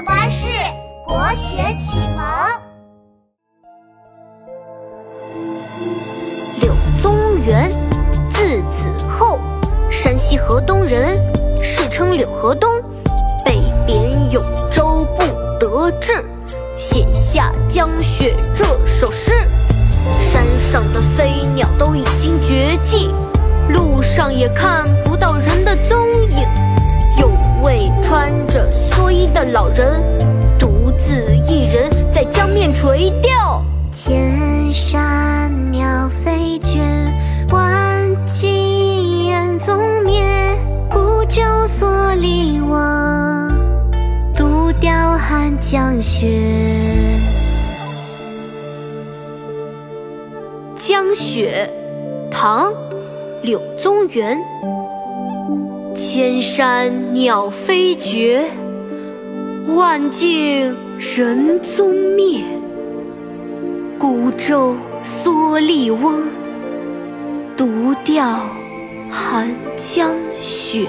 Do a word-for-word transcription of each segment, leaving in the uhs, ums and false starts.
巴士国学启蒙。 柳宗元，字子厚，山西河东人，世称柳河东。被贬永州不得志，写下《江雪》这首诗。山上的飞鸟都已经绝迹，路上也看不到人的踪影。有位穿着蓑衣的老人，独自一人在江面垂钓。 千山鸟飞绝，万骑人踪灭。孤舟蓑笠翁，独钓寒江雪。 《江雪》唐·柳宗元。千山鸟飞绝，万径人踪灭。孤舟蓑笠翁，独钓寒江雪。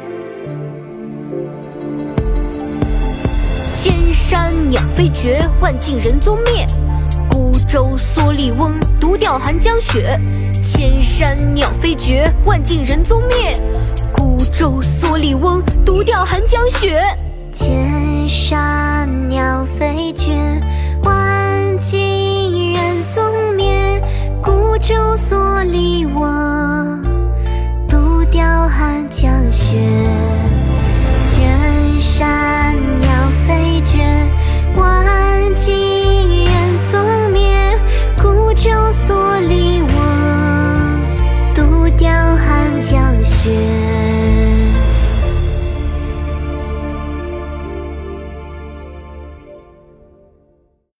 千山鸟飞绝，万径人踪灭。孤舟蓑笠翁，独钓寒江雪。千山鸟飞绝，万径人踪灭。孤舟蓑笠翁，独钓寒江雪。 千山鸟飞绝，万径人踪灭。孤舟蓑笠翁，独钓寒江雪。